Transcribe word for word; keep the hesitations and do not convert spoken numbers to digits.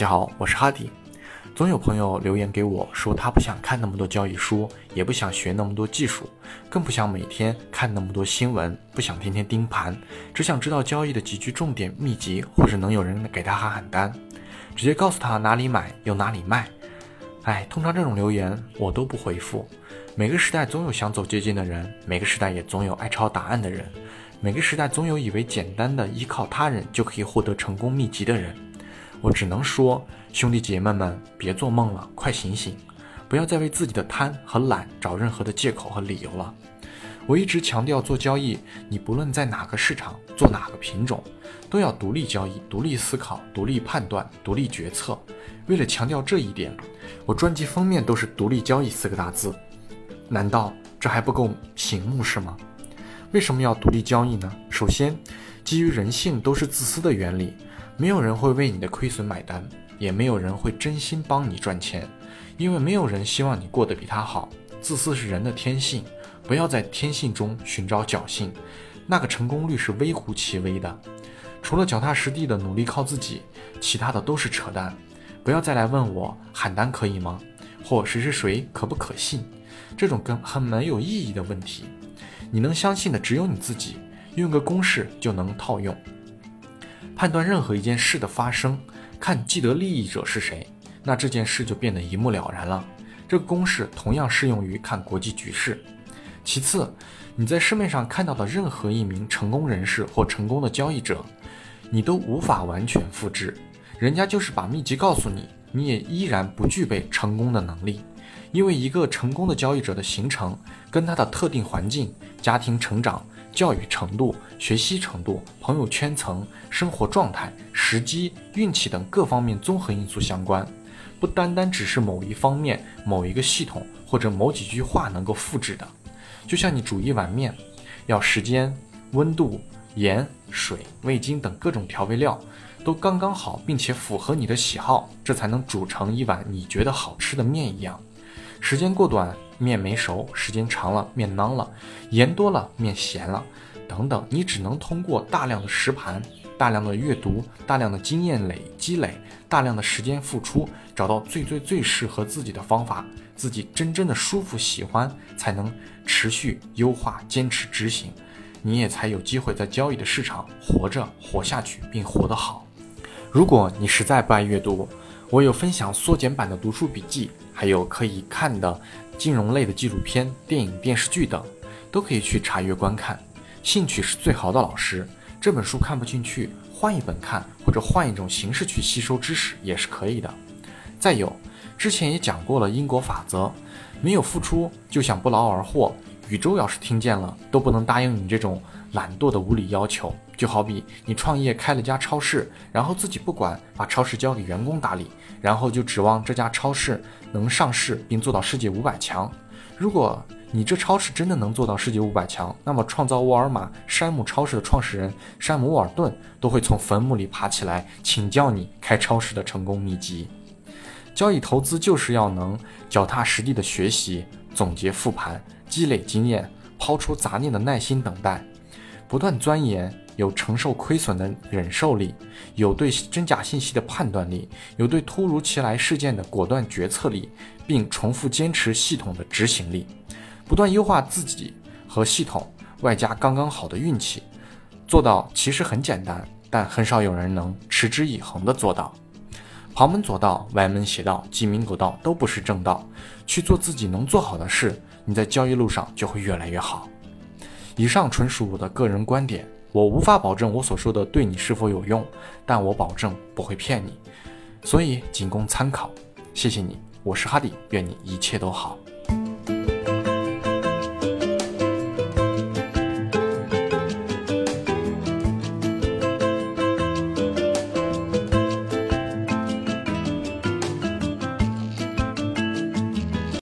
家好，我是哈迪。总有朋友留言给我说，他不想看那么多交易书，也不想学那么多技术，更不想每天看那么多新闻，不想天天盯盘，只想知道交易的几句重点秘籍，或者能有人给他喊喊单，直接告诉他哪里买又哪里卖。哎，通常这种留言我都不回复。每个时代总有想走捷径的人，每个时代也总有爱抄答案的人，每个时代总有以为简单的依靠他人就可以获得成功秘籍的人。我只能说，兄弟姐妹们，别做梦了，快醒醒，不要再为自己的贪和懒找任何的借口和理由了。我一直强调，做交易，你不论在哪个市场做哪个品种，都要独立交易、独立思考、独立判断、独立决策。为了强调这一点，我专辑封面都是独立交易四个大字。难道这还不够醒目是吗？为什么要独立交易呢？首先，基于人性都是自私的原理，没有人会为你的亏损买单，也没有人会真心帮你赚钱，因为没有人希望你过得比他好。自私是人的天性，不要在天性中寻找侥幸，那个成功率是微乎其微的。除了脚踏实地的努力靠自己，其他的都是扯淡。不要再来问我喊单可以吗？或谁是谁可不可信？这种跟很没有意义的问题，你能相信的只有你自己，用个公式就能套用。判断任何一件事的发生，看既得利益者是谁，那这件事就变得一目了然了。这个公式同样适用于看国际局势。其次，你在市面上看到的任何一名成功人士或成功的交易者，你都无法完全复制，人家就是把秘籍告诉你，你也依然不具备成功的能力。因为一个成功的交易者的形成，跟他的特定环境、家庭成长、教育程度、学习程度、朋友圈层、生活状态、时机、运气等各方面综合因素相关，不单单只是某一方面、某一个系统或者某几句话能够复制的。就像你煮一碗面，要时间、温度、盐、水、味精等各种调味料都刚刚好，并且符合你的喜好，这才能煮成一碗你觉得好吃的面一样。时间过短，面没熟；时间长了，面囊了；盐多了，面咸了，等等。你只能通过大量的实盘、大量的阅读、大量的经验累积累、大量的时间付出，找到最最最适合自己的方法，自己真正的舒服喜欢，才能持续优化、坚持执行，你也才有机会在交易的市场活着、活下去，并活得好。如果你实在不爱阅读，我有分享缩减版的读书笔记，还有可以看的金融类的纪录片、电影、电视剧等，都可以去查阅观看。兴趣是最好的老师，这本书看不进去，换一本看，或者换一种形式去吸收知识也是可以的。再有，之前也讲过了因果法则，没有付出就想不劳而获，宇宙要是听见了，都不能答应你这种懒惰的无理要求。就好比你创业开了家超市，然后自己不管，把超市交给员工打理，然后就指望这家超市能上市并做到世界五百强。如果你这超市真的能做到世界五百强，那么创造沃尔玛山姆超市的创始人山姆沃尔顿都会从坟墓里爬起来请教你开超市的成功秘籍。交易投资就是要能脚踏实地的学习、总结复盘、积累经验、抛出杂念的耐心等待，不断钻研，有承受亏损的忍受力，有对真假信息的判断力，有对突如其来事件的果断决策力，并重复坚持系统的执行力，不断优化自己和系统，外加刚刚好的运气。做到其实很简单，但很少有人能持之以恒地做到。旁门左道、歪门邪道、鸡鸣狗盗都不是正道，去做自己能做好的事，你在交易路上就会越来越好。以上纯属我的个人观点，我无法保证我所说的对你是否有用，但我保证不会骗你，所以仅供参考。谢谢你，我是哈迪，愿你一切都好。